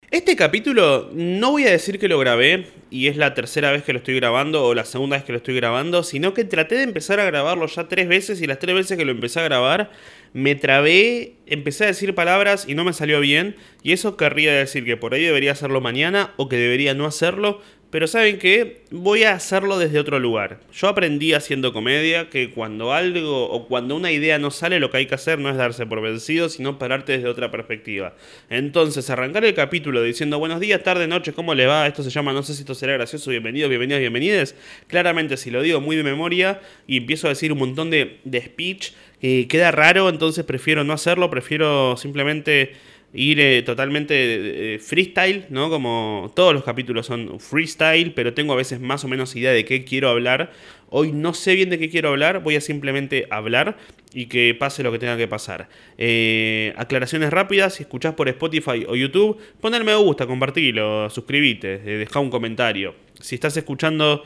Este capítulo no voy a decir que lo grabé y es la tercera vez que lo estoy grabando o la segunda vez que lo estoy grabando, sino que traté de empezar a grabarlo ya 3 veces y las 3 veces que lo empecé a grabar me trabé, empecé a decir palabras y no me salió bien y eso querría decir que por ahí debería hacerlo mañana o que debería no hacerlo, pero ¿saben qué? Voy a hacerlo desde otro lugar. Yo aprendí haciendo comedia que cuando algo o cuando una idea no sale, lo que hay que hacer no es darse por vencido, sino pararte desde otra perspectiva. Entonces, arrancar el capítulo diciendo buenos días, tarde, noche, ¿cómo le va? Esto se llama no sé si esto será gracioso, bienvenidos, bienvenidas, bienvenides. Claramente, si lo digo muy de memoria y empiezo a decir un montón de speech, queda raro, entonces prefiero no hacerlo, prefiero simplemente ir totalmente freestyle, ¿no? Como todos los capítulos son freestyle, pero tengo a veces más o menos idea de qué quiero hablar. Hoy no sé bien de qué quiero hablar, voy a simplemente hablar y que pase lo que tenga que pasar. Aclaraciones rápidas, si escuchás por Spotify o YouTube, pon el me gusta, compartilo, suscribite, dejá un comentario. Si estás escuchando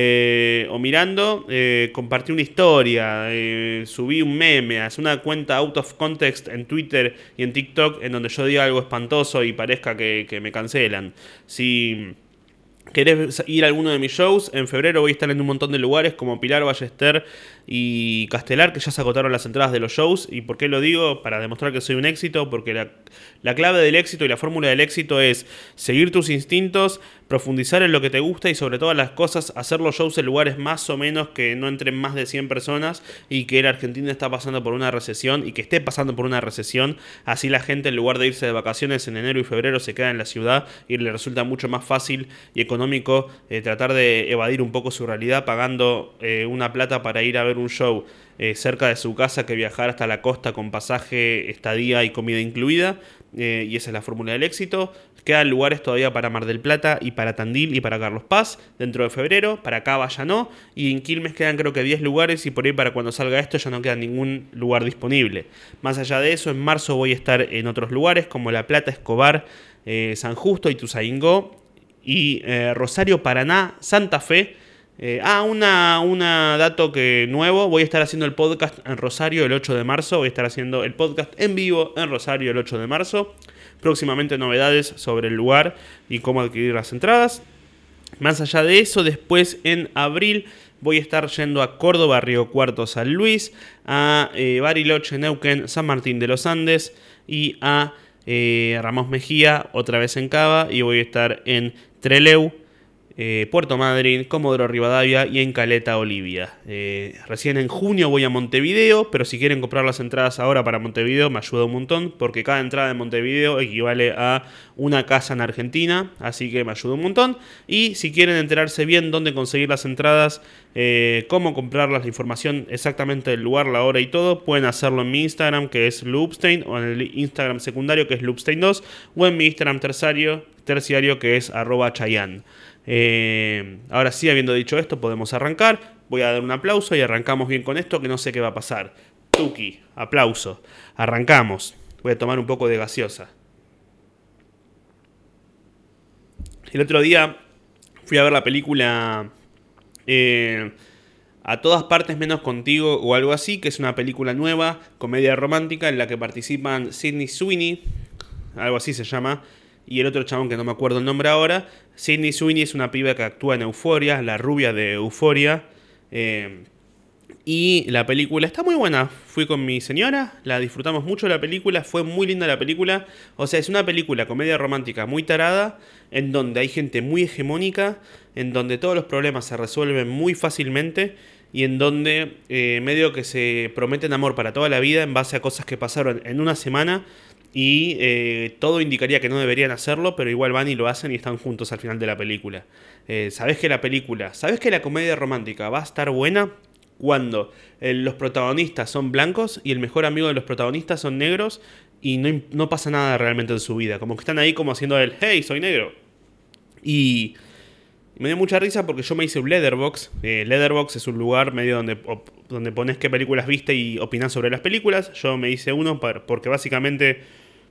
o mirando, compartí una historia, subí un meme, haz una cuenta out of context en Twitter y en TikTok en donde yo diga algo espantoso y parezca que me cancelan. Si querés ir a alguno de mis shows, en febrero voy a estar en un montón de lugares como Pilar, Ballester y Castelar, que ya se agotaron las entradas de los shows. ¿Y por qué lo digo? Para demostrar que soy un éxito, porque la clave del éxito y la fórmula del éxito es seguir tus instintos, profundizar en lo que te gusta y sobre todas las cosas hacer los shows en lugares más o menos que no entren más de 100 personas y que la Argentina está pasando por una recesión y que esté pasando por una recesión. Así la gente en lugar de irse de vacaciones en enero y febrero se queda en la ciudad y le resulta mucho más fácil y económico tratar de evadir un poco su realidad pagando una plata para ir a ver un show cerca de su casa que viajar hasta la costa con pasaje, estadía y comida incluida. Y esa es la fórmula del éxito. Quedan lugares todavía para Mar del Plata y para Tandil y para Carlos Paz dentro de febrero. Para Cava ya no. Y en Quilmes quedan creo que 10 lugares y por ahí para cuando salga esto ya no queda ningún lugar disponible. Más allá de eso, en marzo voy a estar en otros lugares como La Plata, Escobar, San Justo, Ituzaingó y Rosario, Paraná, Santa Fe. Una dato que nuevo, voy a estar haciendo el podcast en Rosario el 8 de marzo, voy a estar haciendo el podcast en vivo en Rosario el 8 de marzo, próximamente novedades sobre el lugar y cómo adquirir las entradas. Más allá de eso, después en abril voy a estar yendo a Córdoba, Río Cuarto, San Luis, a Bariloche, Neuquén, San Martín de los Andes y a Ramos Mejía, otra vez en Cava, y voy a estar en Trelew, Puerto Madryn, Comodoro Rivadavia y en Caleta, Olivia. Recién en junio voy a Montevideo, pero si quieren comprar las entradas ahora para Montevideo me ayuda un montón, porque cada entrada en Montevideo equivale a una casa en Argentina, así que me ayuda un montón. Y si quieren enterarse bien dónde conseguir las entradas, cómo comprarlas, la información exactamente del lugar, la hora y todo, pueden hacerlo en mi Instagram, que es Loopstein, o en el Instagram secundario, que es Loopstein2, o en mi Instagram terciario que es @chayan. Ahora sí, habiendo dicho esto, podemos arrancar. Voy a dar un aplauso y arrancamos bien con esto, que no sé qué va a pasar. Tuki, aplauso. Arrancamos. Voy a tomar un poco de gaseosa. El otro día fui a ver la película A todas partes menos contigo o algo así, que es una película nueva, comedia romántica, en la que participan Sydney Sweeney, algo así se llama, y el otro chabón que no me acuerdo el nombre ahora. Sydney Sweeney es una piba que actúa en Euphoria, la rubia de Euphoria. Y la película está muy buena. Fui con mi señora, la disfrutamos mucho la película, fue muy linda la película. O sea, es una película, comedia romántica muy tarada, en donde hay gente muy hegemónica, en donde todos los problemas se resuelven muy fácilmente y en donde medio que se prometen amor para toda la vida en base a cosas que pasaron en una semana y todo indicaría que no deberían hacerlo, pero igual van y lo hacen y están juntos al final de la película. Sabes que la comedia romántica va a estar buena cuando los protagonistas son blancos y el mejor amigo de los protagonistas son negros y no pasa nada realmente en su vida. Como que están ahí como haciendo el hey, soy negro. Y me dio mucha risa porque yo me hice un Letterboxd. Letterboxd es un lugar medio donde pones qué películas viste y opinás sobre las películas. Yo me hice uno porque básicamente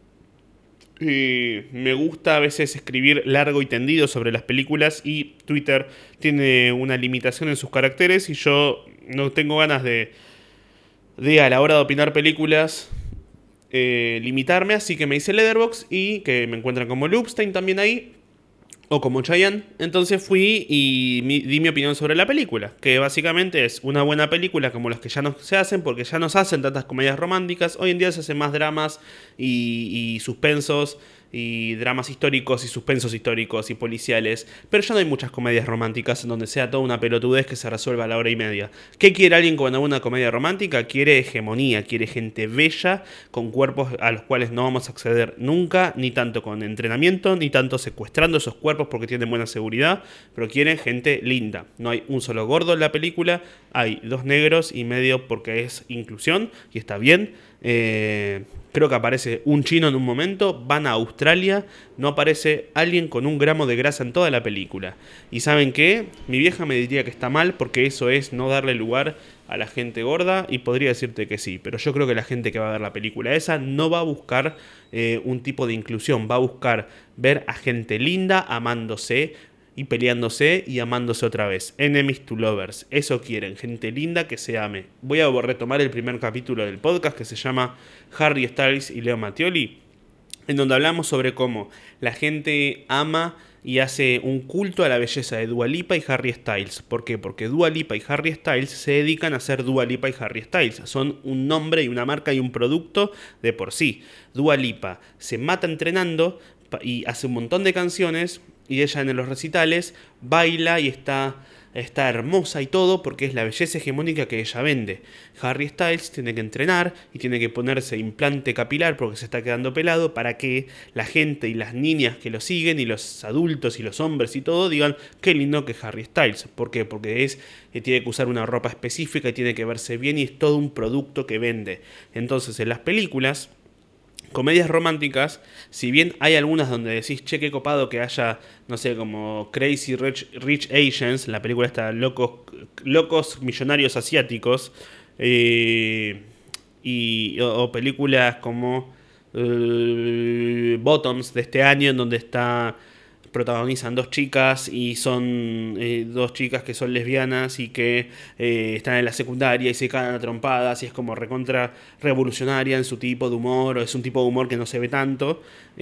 me gusta a veces escribir largo y tendido sobre las películas y Twitter tiene una limitación en sus caracteres y yo no tengo ganas de a la hora de opinar películas limitarme, así que me hice Letterboxd y que me encuentran como Loopstein también ahí, o como Chayanne. Entonces fui y di mi opinión sobre la película, que básicamente es una buena película como las que ya no se hacen, porque ya no se hacen tantas comedias románticas. Hoy en día se hacen más dramas y suspensos y dramas históricos y suspensos históricos y policiales, pero ya no hay muchas comedias románticas en donde sea toda una pelotudez que se resuelva a la hora y media. ¿Qué quiere alguien con una buena comedia romántica? Quiere hegemonía, quiere gente bella con cuerpos a los cuales no vamos a acceder nunca, ni tanto con entrenamiento, ni tanto secuestrando esos cuerpos porque tienen buena seguridad, pero quieren gente linda. No hay un solo gordo en la película, hay 2 negros y medio porque es inclusión y está bien. Creo que aparece un chino en un momento, van a Australia, no aparece alguien con 1 gramo de grasa en toda la película. ¿Y saben qué? Mi vieja me diría que está mal porque eso es no darle lugar a la gente gorda y podría decirte que sí, pero yo creo que la gente que va a ver la película esa no va a buscar un tipo de inclusión, va a buscar ver a gente linda amándose y peleándose y amándose otra vez. Enemies to lovers. Eso quieren. Gente linda que se ame. Voy a retomar el primer capítulo del podcast que se llama Harry Styles y Leo Mattioli, en donde hablamos sobre cómo la gente ama y hace un culto a la belleza de Dua Lipa y Harry Styles. ¿Por qué? Porque Dua Lipa y Harry Styles se dedican a ser Dua Lipa y Harry Styles. Son un nombre y una marca y un producto de por sí. Dua Lipa se mata entrenando y hace un montón de canciones, y ella en los recitales baila y está hermosa y todo porque es la belleza hegemónica que ella vende. Harry Styles tiene que entrenar y tiene que ponerse implante capilar porque se está quedando pelado para que la gente y las niñas que lo siguen y los adultos y los hombres y todo digan qué lindo que es Harry Styles. ¿Por qué? Porque tiene que usar una ropa específica y tiene que verse bien y es todo un producto que vende. Entonces en las películas, comedias románticas, si bien hay algunas donde decís, che, qué copado que haya, no sé, como Crazy Rich Asians, la película está locos millonarios asiáticos, o películas como Bottoms de este año, en donde protagonizan 2 chicas y son 2 chicas que son lesbianas y que están en la secundaria y se caen a trompadas y es como recontra revolucionaria en su tipo de humor, o es un tipo de humor que no se ve tanto.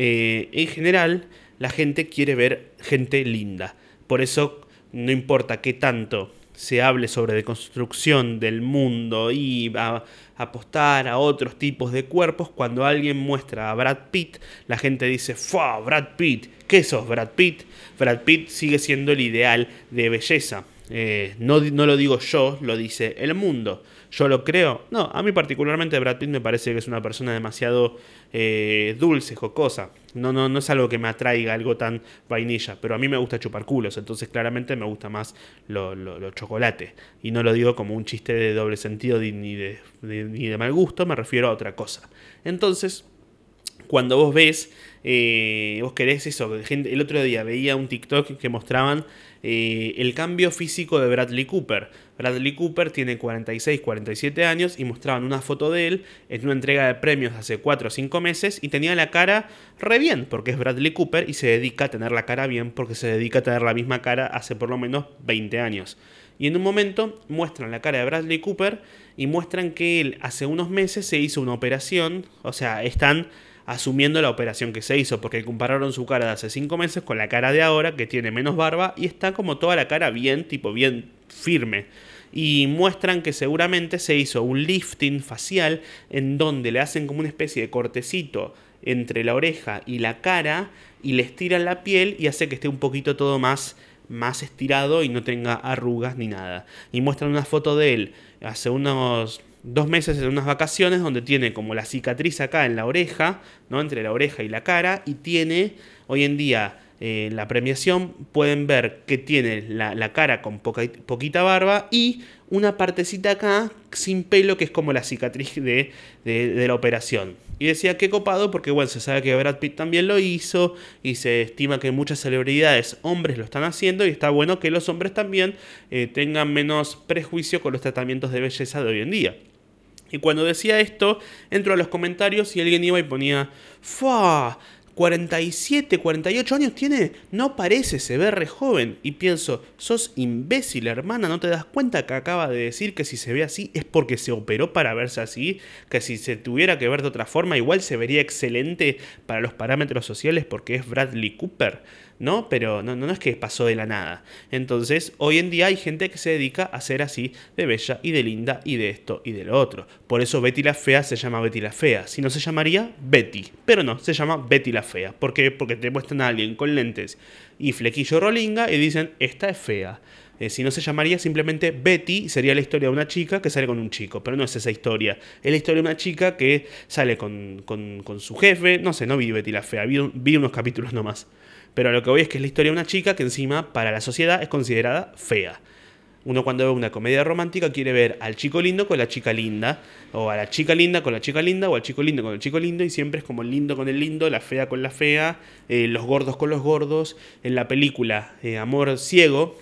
En general, la gente quiere ver gente linda. Por eso no importa qué tanto se hable sobre deconstrucción del mundo y apostar a otros tipos de cuerpos, cuando alguien muestra a Brad Pitt, la gente dice, ¡fua! Brad Pitt, ¿qué sos, Brad Pitt? Brad Pitt sigue siendo el ideal de belleza. No lo digo yo, lo dice el mundo. ¿Yo lo creo? No, a mí particularmente Brad Pitt me parece que es una persona demasiado dulce, jocosa. No es algo que me atraiga, algo tan vainilla, pero a mí me gusta chupar culos, entonces claramente me gusta más lo chocolate. Y no lo digo como un chiste de doble sentido ni de mal gusto, me refiero a otra cosa. Entonces, cuando vos ves, vos querés eso, el otro día veía un TikTok que mostraban el cambio físico de Bradley Cooper. Bradley Cooper tiene 46, 47 años y mostraban una foto de él en una entrega de premios hace 4 o 5 meses y tenía la cara re bien porque es Bradley Cooper y se dedica a tener la cara bien porque se dedica a tener la misma cara hace por lo menos 20 años. Y en un momento muestran la cara de Bradley Cooper y muestran que él hace unos meses se hizo una operación, o sea, están asumiendo la operación que se hizo, porque compararon su cara de hace 5 meses con la cara de ahora, que tiene menos barba, y está como toda la cara bien, tipo bien firme. Y muestran que seguramente se hizo un lifting facial en donde le hacen como una especie de cortecito entre la oreja y la cara, y le estiran la piel y hace que esté un poquito todo más estirado y no tenga arrugas ni nada. Y muestran una foto de él hace unos 2 meses en unas vacaciones donde tiene como la cicatriz acá en la oreja, ¿no? Entre la oreja y la cara, y tiene hoy en día en la premiación pueden ver que tiene la cara con poquita barba y una partecita acá sin pelo que es como la cicatriz de la operación. Y decía qué copado porque bueno, se sabe que Brad Pitt también lo hizo y se estima que muchas celebridades hombres lo están haciendo y está bueno que los hombres también tengan menos prejuicio con los tratamientos de belleza de hoy en día. Y cuando decía esto, entro a los comentarios y alguien iba y ponía ¡fua! 47, 48 años tiene, no parece, se ve re joven. Y pienso, sos imbécil, hermana, ¿no te das cuenta que acaba de decir que si se ve así es porque se operó para verse así? Que si se tuviera que ver de otra forma, igual se vería excelente para los parámetros sociales porque es Bradley Cooper, ¿no? Pero no es que pasó de la nada. Entonces, hoy en día hay gente que se dedica a ser así de bella y de linda y de esto y de lo otro. Por eso Betty la Fea se llama Betty la Fea. Si no, se llamaría Betty. Pero no, se llama Betty la Fea. ¿Por qué? Porque te muestran a alguien con lentes y flequillo rolinga y dicen, esta es fea. Si no, se llamaría simplemente Betty, sería la historia de una chica que sale con un chico, pero no es esa historia. Es la historia de una chica que sale con su jefe, no sé, no vi Betty la Fea, vi unos capítulos nomás. Pero a lo que voy es que es la historia de una chica que encima para la sociedad es considerada fea. Uno cuando ve una comedia romántica quiere ver al chico lindo con la chica linda, o a la chica linda con la chica linda, o al chico lindo con el chico lindo, y siempre es como el lindo con el lindo, la fea con la fea, los gordos con los gordos. En la película Amor Ciego,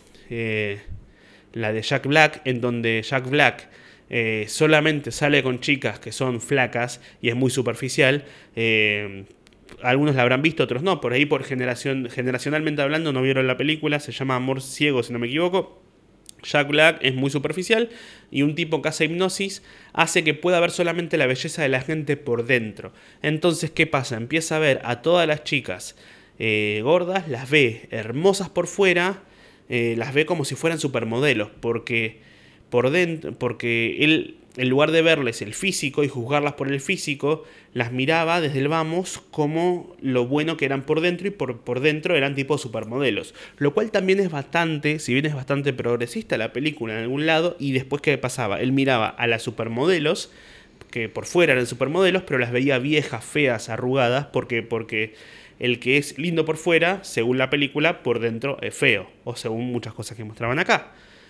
la de Jack Black, en donde Jack Black solamente sale con chicas que son flacas y es muy superficial. Algunos la habrán visto, otros no. Por ahí, generacionalmente hablando, no vieron la película. Se llama Amor Ciego, si no me equivoco. Jack Black es muy superficial y un tipo que hace hipnosis hace que pueda ver solamente la belleza de la gente por dentro. Entonces, ¿qué pasa? Empieza a ver a todas las chicas gordas, las ve hermosas por fuera, las ve como si fueran supermodelos, porque por dentro, porque él, en lugar de verles el físico y juzgarlas por el físico, las miraba desde el vamos como lo bueno que eran por dentro, y por dentro eran tipo supermodelos. Lo cual también es bastante, si bien es bastante progresista la película en algún lado. Y después, ¿qué pasaba? Él miraba a las supermodelos, que por fuera eran supermodelos, pero las veía viejas, feas, arrugadas, porque el que es lindo por fuera, según la película, por dentro es feo, o según muchas cosas que mostraban acá.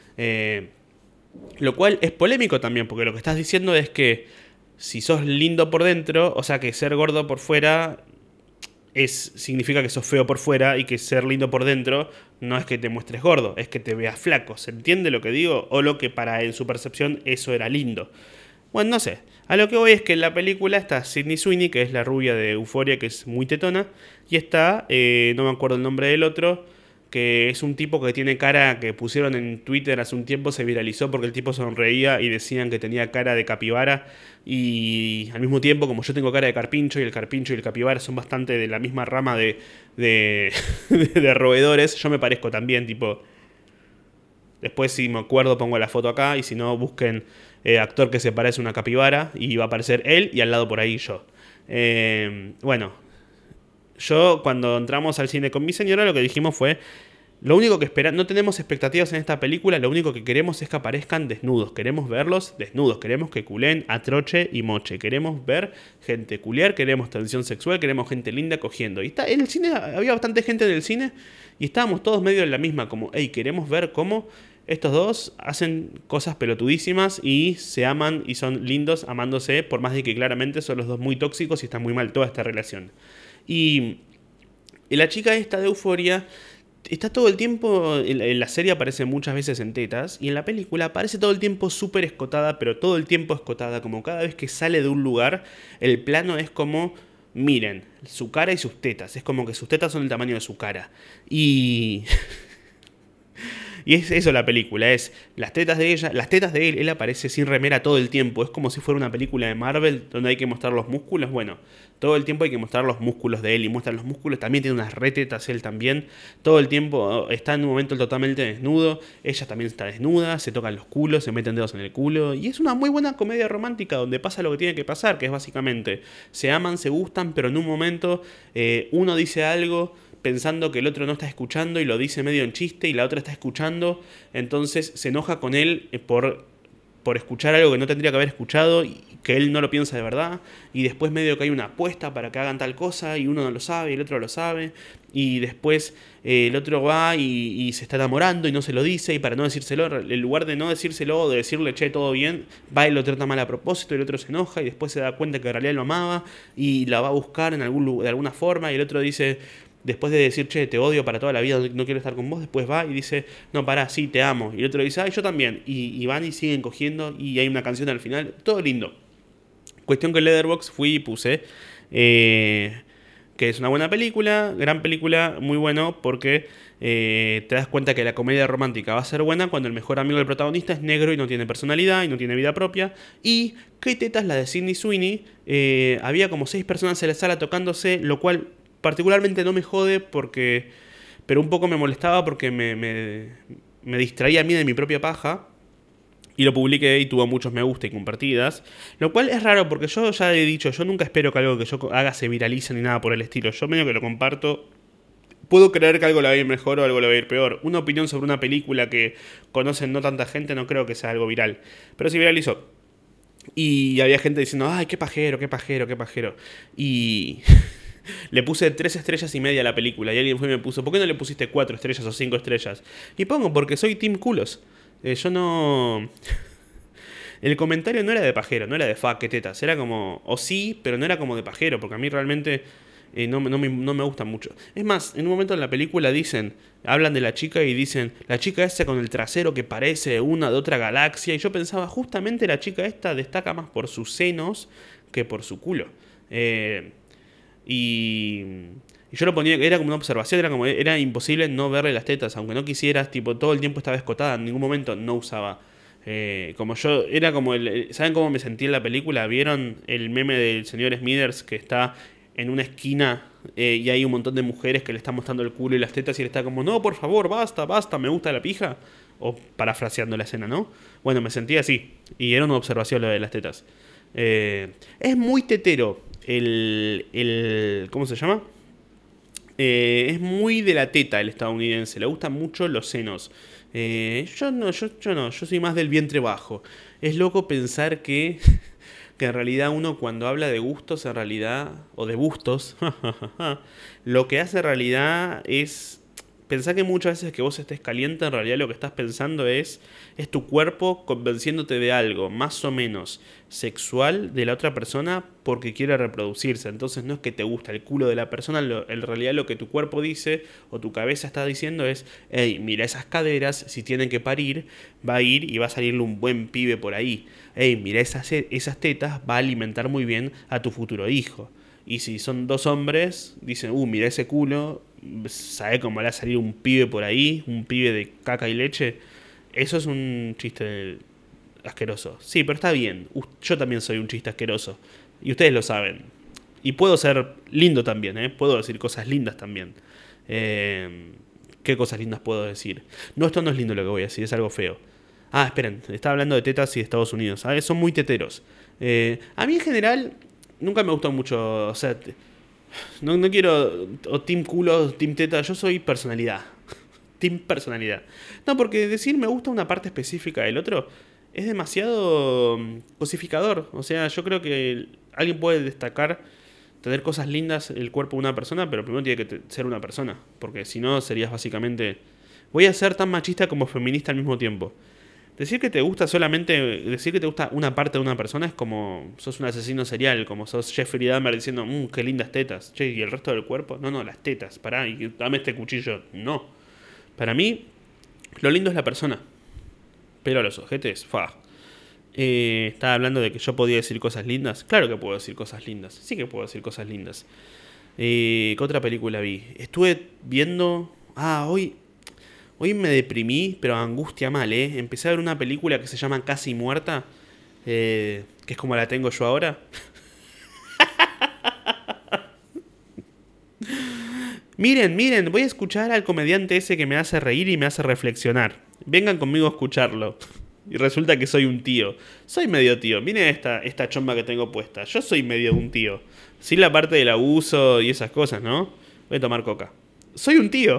Lo cual es polémico también, porque lo que estás diciendo es que si sos lindo por dentro, o sea que ser gordo por fuera significa que sos feo por fuera, y que ser lindo por dentro no es que te muestres gordo, es que te veas flaco. ¿Se entiende lo que digo? O lo que para en su percepción eso era lindo. Bueno, no sé. A lo que voy es que en la película está Sydney Sweeney, que es la rubia de Euphoria, que es muy tetona, y está, no me acuerdo el nombre del otro, que es un tipo que tiene cara, que pusieron en Twitter hace un tiempo, se viralizó porque el tipo sonreía y decían que tenía cara de capibara. Y al mismo tiempo, como yo tengo cara de carpincho, y el carpincho y el capibara son bastante de la misma rama de roedores, yo me parezco también, tipo. Después, si me acuerdo, pongo la foto acá, y si no, busquen actor que se parece a una capibara y va a aparecer él, y al lado por ahí yo. Bueno, yo cuando entramos al cine con mi señora, lo que dijimos fue: lo único que esperamos, no tenemos expectativas en esta película, lo único que queremos es que aparezcan desnudos, queremos verlos desnudos, queremos que culen a troche y moche, queremos ver gente culiar, queremos tensión sexual, queremos gente linda cogiendo. Y en el cine había bastante gente en el cine, y estábamos todos medio en la misma, como, hey, queremos ver cómo estos dos hacen cosas pelotudísimas y se aman y son lindos amándose, por más de que claramente son los dos muy tóxicos y está muy mal toda esta relación. Y la chica esta de Euphoria está todo el tiempo, en la serie aparece muchas veces en tetas, y en la película aparece todo el tiempo súper escotada, pero todo el tiempo escotada, como cada vez que sale de un lugar, el plano es como, miren, su cara y sus tetas, es como que sus tetas son el tamaño de su cara. Y Y es eso la película, es las tetas de ella, las tetas de él aparece sin remera todo el tiempo, es como si fuera una película de Marvel donde hay que mostrar los músculos. Bueno, todo el tiempo hay que mostrar los músculos de él, y muestran los músculos, también tiene unas retetas él también, todo el tiempo está en un momento totalmente desnudo, ella también está desnuda, se tocan los culos, se meten dedos en el culo, y es una muy buena comedia romántica donde pasa lo que tiene que pasar, que es básicamente, se aman, se gustan, pero en un momento uno dice algo pensando que el otro no está escuchando y lo dice medio en chiste, y la otra está escuchando, entonces se enoja con él por escuchar algo que no tendría que haber escuchado, y que él no lo piensa de verdad, y después medio que hay una apuesta para que hagan tal cosa y uno no lo sabe y el otro lo sabe, y después el otro va y se está enamorando y no se lo dice, y para no decírselo, en lugar de no decírselo o de decirle che, todo bien, va y lo trata mal a propósito, y el otro se enoja y después se da cuenta que en realidad lo amaba y la va a buscar de alguna forma, y el otro dice, después de decir, che, te odio para toda la vida, no quiero estar con vos, después va y dice, no, pará, sí, te amo. Y el otro dice, ay, yo también. Y van y siguen cogiendo, y hay una canción al final, todo lindo. Cuestión que en Letterboxd fui y puse Que es una buena película, gran película, muy bueno porque te das cuenta que la comedia romántica va a ser buena cuando el mejor amigo del protagonista es negro y no tiene personalidad y no tiene vida propia. Y qué tetas la de Sydney Sweeney. Había como 6 personas en la sala tocándose, lo cual particularmente no me jode porque... Pero un poco me molestaba porque me distraía a mí de mi propia paja. Y lo publiqué y tuvo muchos me gusta y compartidas. Lo cual es raro porque yo ya he dicho, yo nunca espero que algo que yo haga se viralice ni nada por el estilo. Yo medio que lo comparto. Puedo creer que algo le va a ir mejor o algo le va a ir peor. Una opinión sobre una película que conocen no tanta gente no creo que sea algo viral. Pero se viralizó. Y había gente diciendo, ay, qué pajero, qué pajero, qué pajero. Y le puse 3 estrellas y media a la película. Y alguien fue y me puso, ¿por qué no le pusiste 4 estrellas o 5 estrellas? Y pongo, porque soy team culos. Yo no... El comentario no era de pajero, no era de fuck, qué tetas. Era como, o sí, pero no era como de pajero, porque a mí realmente no me gusta mucho. Es más, en un momento en la película dicen, hablan de la chica y dicen, la chica esa con el trasero que parece una de otra galaxia. Y yo pensaba, justamente la chica esta destaca más por sus senos que por su culo. Y yo lo ponía, era como una observación, era imposible no verle las tetas, aunque no quisieras, tipo, todo el tiempo estaba escotada, en ningún momento no usaba. Como yo, era como ¿saben cómo me sentí en la película? ¿Vieron el meme del señor Smithers que está en una esquina y hay un montón de mujeres que le están mostrando el culo y las tetas y él está como, no, por favor, basta, basta, me gusta la pija? O parafraseando la escena, ¿no? Bueno, me sentí así, y era una observación lo de las tetas. Es muy tetero ¿cómo se llama? Es muy de la teta el estadounidense, le gustan mucho los senos. Yo no, yo soy más del vientre bajo. Es loco pensar que en realidad uno cuando habla de gustos, en realidad, o de bustos, lo que hace en realidad es pensar que muchas veces que vos estés caliente, en realidad lo que estás pensando es tu cuerpo convenciéndote de algo más o menos sexual de la otra persona porque quiere reproducirse. Entonces no es que te gusta el culo de la persona, en realidad lo que tu cuerpo dice o tu cabeza está diciendo es, hey, mira esas caderas, si tienen que parir, va a ir y va a salirle un buen pibe por ahí. Hey, mira esas tetas, va a alimentar muy bien a tu futuro hijo. Y si son 2 hombres, dicen, mira ese culo, ¿sabe cómo le va a salir un pibe por ahí? Un pibe de caca y leche. Eso es un chiste asqueroso. Sí, pero está bien. Yo también soy un chiste asqueroso. Y ustedes lo saben. Y puedo ser lindo también, ¿eh? Puedo decir cosas lindas también. ¿Qué cosas lindas puedo decir? No, esto no es lindo lo que voy a decir, es algo feo. Ah, esperen, estaba hablando de tetas y de Estados Unidos. ¿Sabes? Son muy teteros. A mí en general nunca me gustó mucho. O sea, no quiero o team culo, team teta. Yo soy personalidad. Team personalidad. No, porque decir me gusta una parte específica del otro es demasiado cosificador. O sea, yo creo que alguien puede destacar tener cosas lindas en el cuerpo de una persona, pero primero tiene que ser una persona. Porque si no, serías básicamente... Voy a ser tan machista como feminista al mismo tiempo. Decir que te gusta una parte de una persona es como sos un asesino serial, como sos Jeffrey Dahmer diciendo, qué lindas tetas. Che, ¿y el resto del cuerpo? No, las tetas, pará, y dame este cuchillo. No. Para mí, lo lindo es la persona. Pero a los ojetes, fa. Estaba hablando de que yo podía decir cosas lindas. Claro que puedo decir cosas lindas. Sí que puedo decir cosas lindas. ¿Qué otra película vi? Estuve viendo... Hoy me deprimí, pero angustia mal, ¿eh? Empecé a ver una película que se llama Casi Muerta, que es como la tengo yo ahora. Miren, voy a escuchar al comediante ese que me hace reír y me hace reflexionar. Vengan conmigo a escucharlo. Y resulta que soy un tío. Soy medio tío. Miren esta chomba que tengo puesta. Yo soy medio un tío. Sin la parte del abuso y esas cosas, ¿no? Voy a tomar coca. Soy un tío.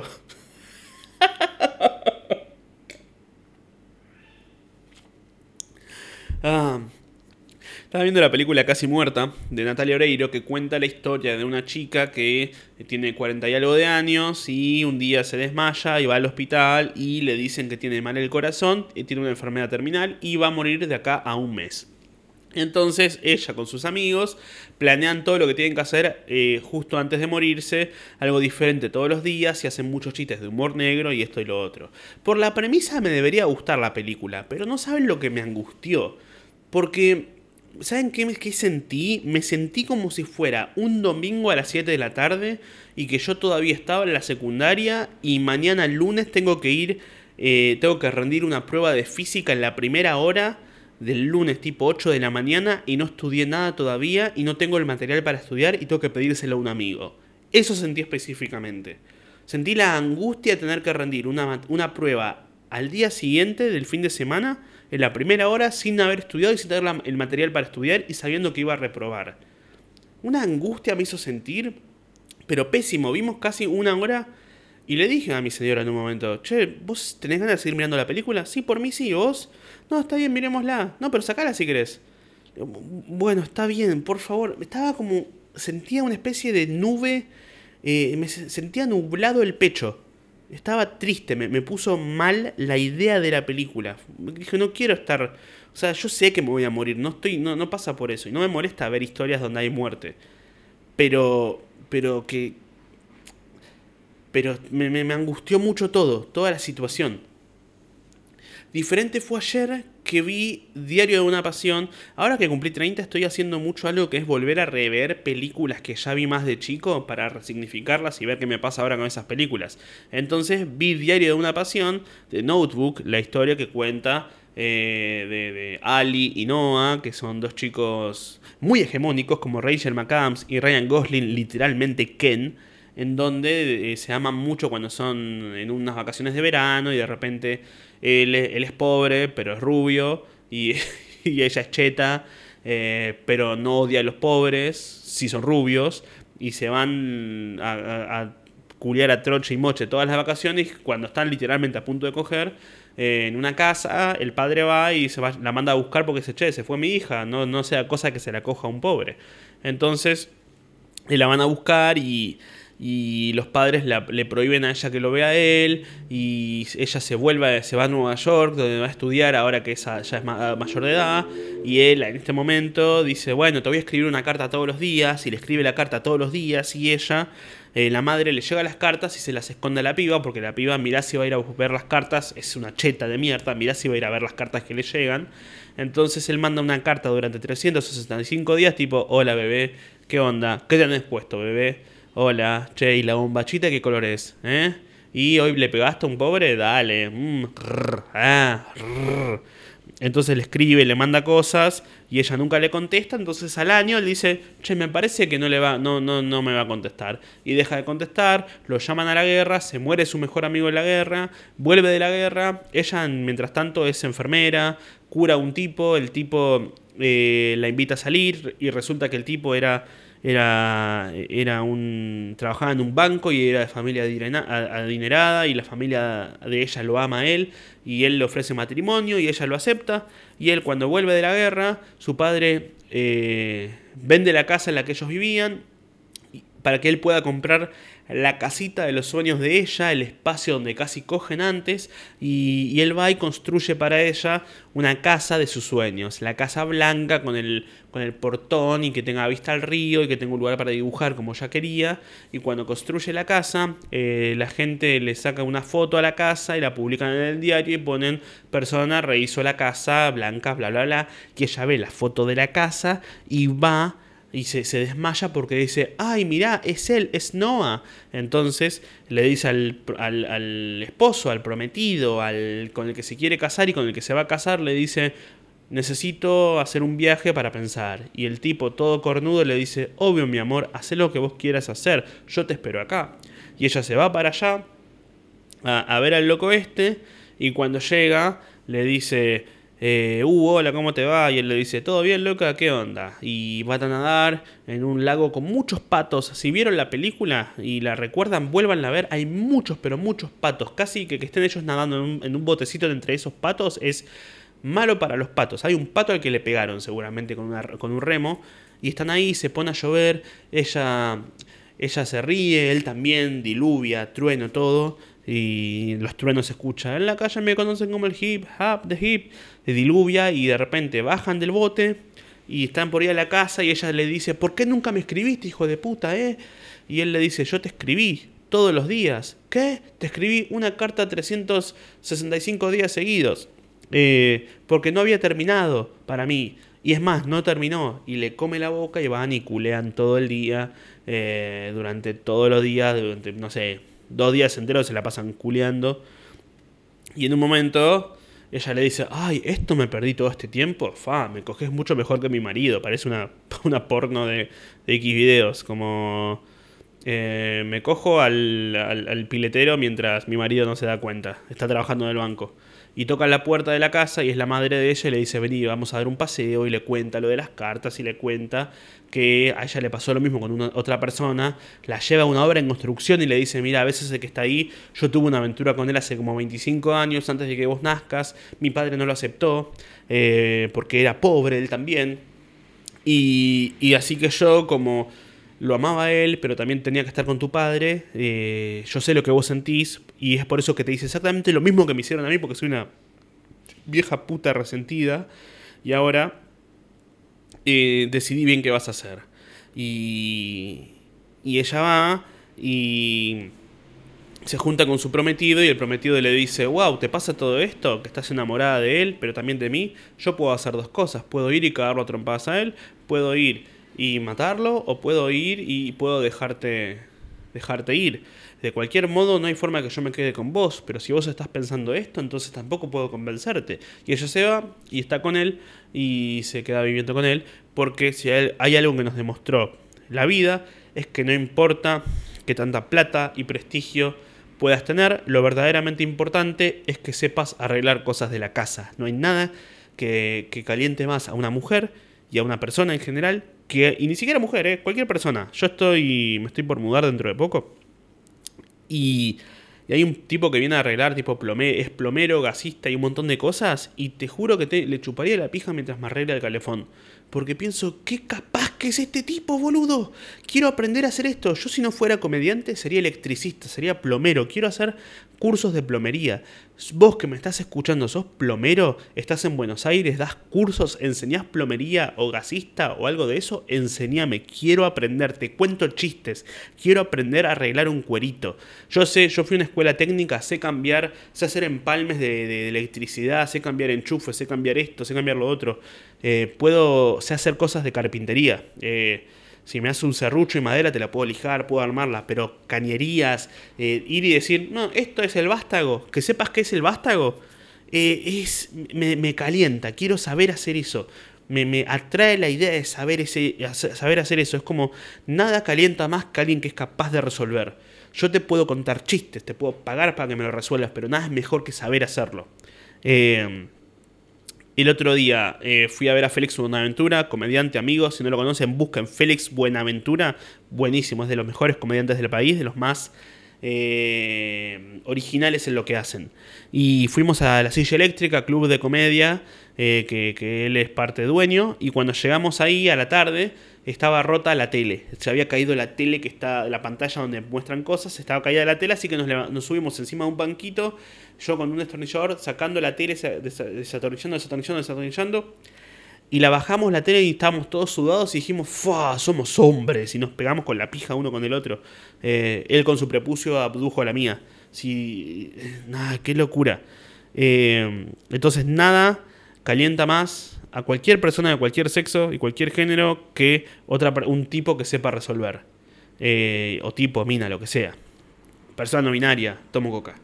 Estaba viendo la película Casi Muerta de Natalia Oreiro, que cuenta la historia de una chica que tiene 40 y algo de años y un día se desmaya y va al hospital y le dicen que tiene mal el corazón, tiene una enfermedad terminal y va a morir de acá a un mes. Entonces ella con sus amigos planean todo lo que tienen que hacer justo antes de morirse, algo diferente todos los días y hacen muchos chistes de humor negro y esto y lo otro. Por la premisa me debería gustar la película, pero no saben lo que me angustió. Porque ¿Saben qué sentí? Me sentí como si fuera un domingo a las 7 de la tarde y que yo todavía estaba en la secundaria y mañana lunes tengo que rendir una prueba de física en la primera hora del lunes tipo 8 de la mañana y no estudié nada todavía y no tengo el material para estudiar y tengo que pedírselo a un amigo. Eso sentí específicamente. Sentí la angustia de tener que rendir una prueba al día siguiente del fin de semana, en la primera hora, sin haber estudiado y sin tener el material para estudiar y sabiendo que iba a reprobar. Una angustia me hizo sentir, pero pésimo. Vimos casi una hora y le dije a mi señora en un momento, che, ¿vos tenés ganas de seguir mirando la película? Sí, por mí sí, ¿vos? No, está bien, miremosla. No, pero sacala si querés. Bueno, está bien, por favor. Estaba como, sentía una especie de nube, sentía nublado el pecho. Estaba triste, me puso mal la idea de la película. Dije, no quiero estar... O sea, yo sé que me voy a morir, no pasa por eso. Y no me molesta ver historias donde hay muerte. Pero, pero que... Pero me angustió mucho toda la situación. Diferente fue ayer que vi Diario de una Pasión. Ahora que cumplí 30 estoy haciendo mucho algo que es volver a rever películas que ya vi más de chico para resignificarlas y ver qué me pasa ahora con esas películas. Entonces vi Diario de una Pasión, de Notebook, la historia que cuenta de Ali y Noah, que son dos chicos muy hegemónicos como Rachel McAdams y Ryan Gosling, literalmente Ken, en donde se aman mucho cuando son en unas vacaciones de verano y de repente él es pobre, pero es rubio y, y ella es cheta, pero no odia a los pobres, si son rubios, y se van a culiar a troche y moche todas las vacaciones cuando están literalmente a punto de coger. En una casa, el padre va y la manda a buscar porque se fue mi hija, no sea cosa que se la coja un pobre. Entonces, la van a buscar y los padres le prohíben a ella que lo vea a él y ella se va a Nueva York donde va a estudiar ahora que ya es mayor de edad y él en este momento dice, bueno, te voy a escribir una carta todos los días y le escribe la carta todos los días y ella, la madre le llega las cartas y se las esconde a la piba porque la piba mirá si va a ir a ver las cartas, es una cheta de mierda, mirá si va a ir a ver las cartas que le llegan. Entonces él manda una carta durante 365 días tipo, hola bebé, ¿qué onda? ¿Qué te han puesto bebé? Hola, che, ¿y la bombachita qué color es? ¿Y hoy le pegaste a un pobre? Dale. Entonces le escribe, le manda cosas y ella nunca le contesta. Entonces al año le dice, che, me parece que no me va a contestar. Y deja de contestar, lo llaman a la guerra, se muere su mejor amigo en la guerra, vuelve de la guerra. Ella, mientras tanto, es enfermera, cura a un tipo, el tipo la invita a salir y resulta que el tipo trabajaba en un banco y era de familia adinerada y la familia de ella lo ama a él y él le ofrece matrimonio y ella lo acepta y él cuando vuelve de la guerra su padre vende la casa en la que ellos vivían para que él pueda comprar la casita de los sueños de ella, el espacio donde casi cogen antes, y él va y construye para ella una casa de sus sueños, la casa blanca con el portón y que tenga vista al río y que tenga un lugar para dibujar como ella quería, y cuando construye la casa, la gente le saca una foto a la casa y la publican en el diario y ponen persona rehizo la casa blanca, bla bla bla, y ella ve la foto de la casa y va y se desmaya porque dice, ay, mirá, es él, es Noah. Entonces le dice al esposo, al prometido, con el que se quiere casar y con el que se va a casar, le dice, necesito hacer un viaje para pensar. Y el tipo, todo cornudo, le dice, obvio, mi amor, haz lo que vos quieras hacer, yo te espero acá. Y ella se va para allá a ver al loco este, y cuando llega, le dice... hola, ¿cómo te va? Y él le dice, ¿todo bien, loca? ¿Qué onda? Y van a nadar en un lago con muchos patos. Si vieron la película y la recuerdan, vuélvanla a ver. Hay muchos, pero muchos patos. Casi que estén ellos nadando en un botecito entre esos patos es malo para los patos. Hay un pato al que le pegaron seguramente con un remo. Y están ahí, se pone a llover. Ella se ríe, él también, diluvia, trueno, todo. Y los truenos se escuchan. En la calle me conocen como el hip hop, the hip. De diluvia y de repente bajan del bote y están por ir a la casa y ella le dice, ¿por qué nunca me escribiste, hijo de puta, Y él le dice, yo te escribí todos los días. ¿Qué? Te escribí una carta 365 días seguidos. Porque no había terminado para mí. Y es más, no terminó. Y le come la boca y van y culean todo el día. Durante todos los días, durante, no sé, 2 días enteros se la pasan culeando. Y en un momento ella le dice, ay, esto me perdí todo este tiempo. Me coges mucho mejor que mi marido. Parece una porno de X videos. Como me cojo al piletero mientras mi marido no se da cuenta. Está trabajando en el banco. Y toca la puerta de la casa y es la madre de ella y le dice, vení, vamos a dar un paseo. Y le cuenta lo de las cartas y le cuenta que a ella le pasó lo mismo con otra persona. La lleva a una obra en construcción y le dice, mira, a veces el que está ahí, yo tuve una aventura con él hace como 25 años antes de que vos nazcas. Mi padre no lo aceptó porque era pobre él también. Y así que yo como lo amaba a él, pero también tenía que estar con tu padre. Yo sé lo que vos sentís y es por eso que te dice exactamente lo mismo que me hicieron a mí, porque soy una vieja puta resentida. Y ahora decidí bien qué vas a hacer. Y ella va y se junta con su prometido y el prometido le dice, wow, ¿te pasa todo esto? Que estás enamorada de él, pero también de mí. Yo puedo hacer dos cosas. Puedo ir y cagarlo a trompadas a él. Puedo ir y matarlo. O puedo ir y puedo dejarte ir. De cualquier modo, no hay forma que yo me quede con vos. Pero si vos estás pensando esto, entonces tampoco puedo convencerte. Y ella se va y está con él y se queda viviendo con él. Porque si hay algo que nos demostró la vida, es que no importa que tanta plata y prestigio puedas tener, lo verdaderamente importante es que sepas arreglar cosas de la casa. No hay nada que caliente más a una mujer y a una persona en general, y ni siquiera mujer, cualquier persona. Yo me estoy por mudar dentro de poco y hay un tipo que viene a arreglar, tipo es plomero, gasista y un montón de cosas, y te juro que le chuparía la pija mientras me arregla el calefón. Porque pienso, qué capaz que es este tipo, boludo. Quiero aprender a hacer esto. Yo si no fuera comediante sería electricista, sería plomero. Quiero hacer cursos de plomería. Vos que me estás escuchando, sos plomero, estás en Buenos Aires, das cursos, enseñás plomería o gasista o algo de eso, enseñame. Quiero aprender, te cuento chistes. Quiero aprender a arreglar un cuerito. Yo fui a una escuela técnica, sé hacer empalmes de electricidad, sé cambiar enchufes, sé cambiar esto, sé cambiar lo otro. Sé hacer cosas de carpintería. Si me hace un serrucho y madera te la puedo lijar, puedo armarla, pero cañerías, ir y decir, no, esto es el vástago, que sepas qué es el vástago, me calienta, quiero saber hacer eso. Me atrae la idea de saber hacer eso. Es como, nada calienta más que alguien que es capaz de resolver. Yo te puedo contar chistes, te puedo pagar para que me lo resuelvas, pero nada es mejor que saber hacerlo. El otro día fui a ver a Félix Buenaventura, comediante, amigo. Si no lo conocen, busquen Félix Buenaventura. Buenísimo, es de los mejores comediantes del país, de los más originales en lo que hacen. Y fuimos a La Silla Eléctrica, club de comedia, que él es parte dueño. Y cuando llegamos ahí a la tarde, estaba rota la tele. Se había caído la tele que está, la pantalla donde muestran cosas, estaba caída la tele, así que nos subimos encima de un banquito, yo con un destornillador sacando la tele, desatornillando, y la bajamos la tele y estábamos todos sudados y dijimos, ¡fua! Somos hombres, y nos pegamos con la pija uno con el otro. Él con su prepucio abdujo a la mía. Sí, nada, qué locura. Entonces nada calienta más a cualquier persona de cualquier sexo y cualquier género que un tipo que sepa resolver. O tipo, mina, lo que sea. Persona no binaria, tomo coca.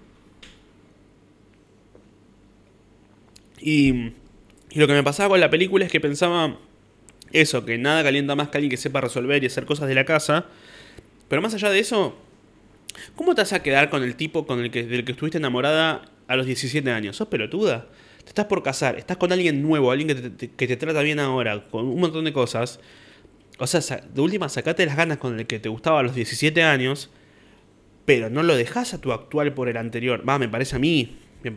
Y lo que me pasaba con la película es que pensaba eso, que nada calienta más que alguien que sepa resolver y hacer cosas de la casa. Pero más allá de eso, ¿cómo te vas a quedar con el tipo del que estuviste enamorada a los 17 años? ¿Sos pelotuda? Te estás por casar, estás con alguien nuevo, alguien que te trata bien ahora, con un montón de cosas. O sea, de última, sacate las ganas con el que te gustaba a los 17 años, pero no lo dejás a tu actual por el anterior. Me parece a mí.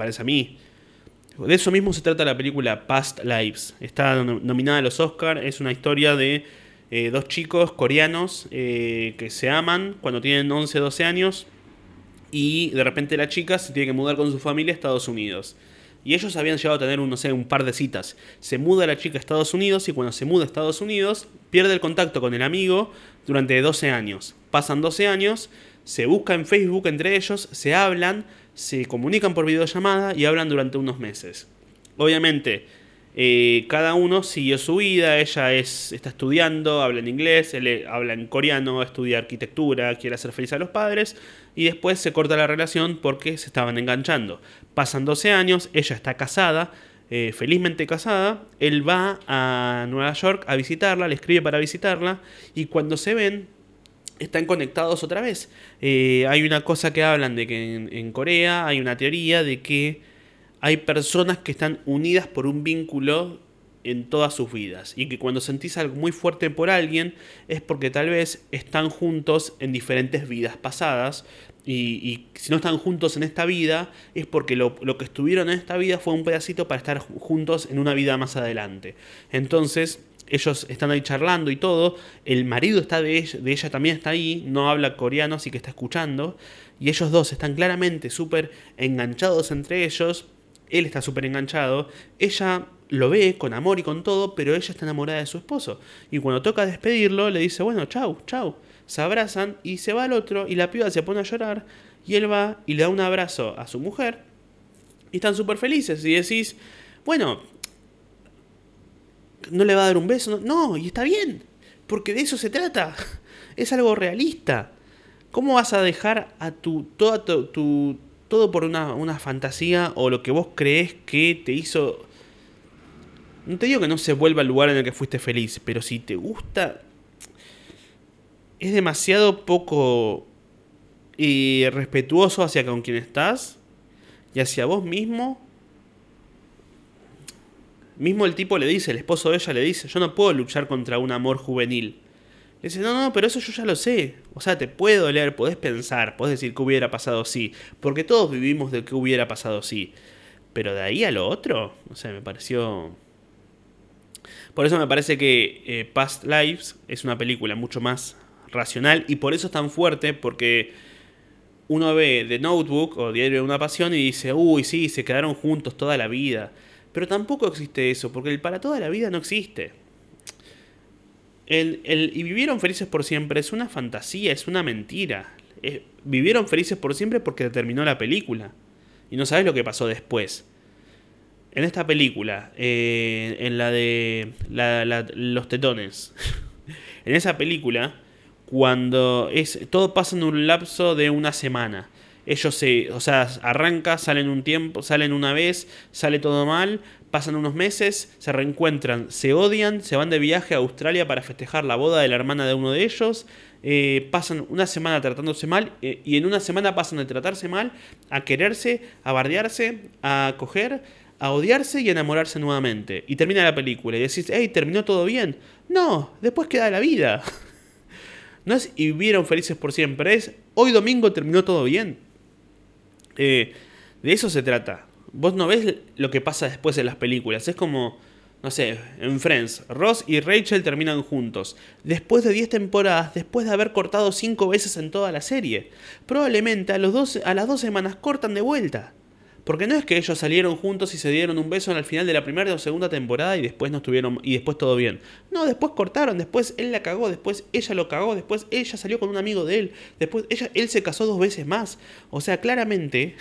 De eso mismo se trata la película Past Lives. Está nominada a los Oscars. Es una historia de dos chicos coreanos que se aman cuando tienen 11, 12 años. Y de repente la chica se tiene que mudar con su familia a Estados Unidos. Y ellos habían llegado a tener, un par de citas. Se muda la chica a Estados Unidos y cuando se muda a Estados Unidos pierde el contacto con el amigo durante 12 años. Pasan 12 años, se buscan en Facebook entre ellos, se hablan, se comunican por videollamada y hablan durante unos meses. Obviamente, Cada uno siguió su vida, está estudiando, habla en inglés, él habla en coreano, estudia arquitectura, quiere hacer feliz a los padres y después se corta la relación porque se estaban enganchando. Pasan 12 años, ella está casada, felizmente casada, él va a Nueva York a visitarla, le escribe para visitarla y cuando se ven están conectados otra vez. Hay una cosa que hablan de que en Corea hay una teoría de que hay personas que están unidas por un vínculo en todas sus vidas y que cuando sentís algo muy fuerte por alguien es porque tal vez están juntos en diferentes vidas pasadas y si no están juntos en esta vida es porque lo que estuvieron en esta vida fue un pedacito para estar juntos en una vida más adelante. Entonces ellos están ahí charlando y todo, el marido está de ella también está ahí, no habla coreano así que está escuchando y ellos dos están claramente súper enganchados entre ellos. Él está súper enganchado, ella lo ve con amor y con todo, pero ella está enamorada de su esposo. Y cuando toca despedirlo, le dice, bueno, chau, chau. Se abrazan y se va al otro y la piba se pone a llorar y él va y le da un abrazo a su mujer y están súper felices. Y decís, bueno, ¿no le va a dar un beso? No, y está bien, porque de eso se trata. Es algo realista. ¿Cómo vas a dejar a todo por una fantasía o lo que vos creés que te hizo... No te digo que no se vuelva al lugar en el que fuiste feliz, pero si te gusta, es demasiado poco respetuoso hacia con quien estás y hacia vos mismo. Mismo el tipo le dice, el esposo de ella le dice, yo no puedo luchar contra un amor juvenil. Le dice, no, pero eso yo ya lo sé. O sea, te puede doler, podés pensar, podés decir que hubiera pasado sí. Porque todos vivimos de que hubiera pasado sí. Pero de ahí a lo otro, o sea, me pareció... Por eso me parece que Past Lives es una película mucho más racional y por eso es tan fuerte, porque uno ve The Notebook o Diario de una Pasión y dice, uy, sí, se quedaron juntos toda la vida. Pero tampoco existe eso, porque el para toda la vida no existe. Y vivieron felices por siempre es una fantasía, es una mentira. Vivieron felices por siempre porque terminó la película. Y no sabes lo que pasó después. En esta película, en la de los tetones, en esa película, cuando todo pasa en un lapso de una semana. Ellos arranca, salen un tiempo, salen una vez, sale todo mal, pasan unos meses, se reencuentran, se odian, se van de viaje a Australia para festejar la boda de la hermana de uno de ellos, pasan una semana tratándose mal y en una semana pasan de tratarse mal a quererse, a bardearse, a coger, a odiarse y a enamorarse nuevamente. Y termina la película y decís, hey, ¿terminó todo bien? No, después queda la vida. No es y vivieron felices por siempre, es hoy domingo terminó todo bien. De eso se trata. Vos no ves lo que pasa después en las películas. Es como, no sé, en Friends, Ross y Rachel terminan juntos. Después de 10 temporadas, después de haber cortado 5 veces en toda la serie. Probablemente a las 2 semanas cortan de vuelta. Porque no es que ellos salieron juntos y se dieron un beso al final de la primera o segunda temporada y después no estuvieron y después todo bien. No, después cortaron, después él la cagó, después ella lo cagó, después ella salió con un amigo de él, después él se casó 2 veces más. O sea, claramente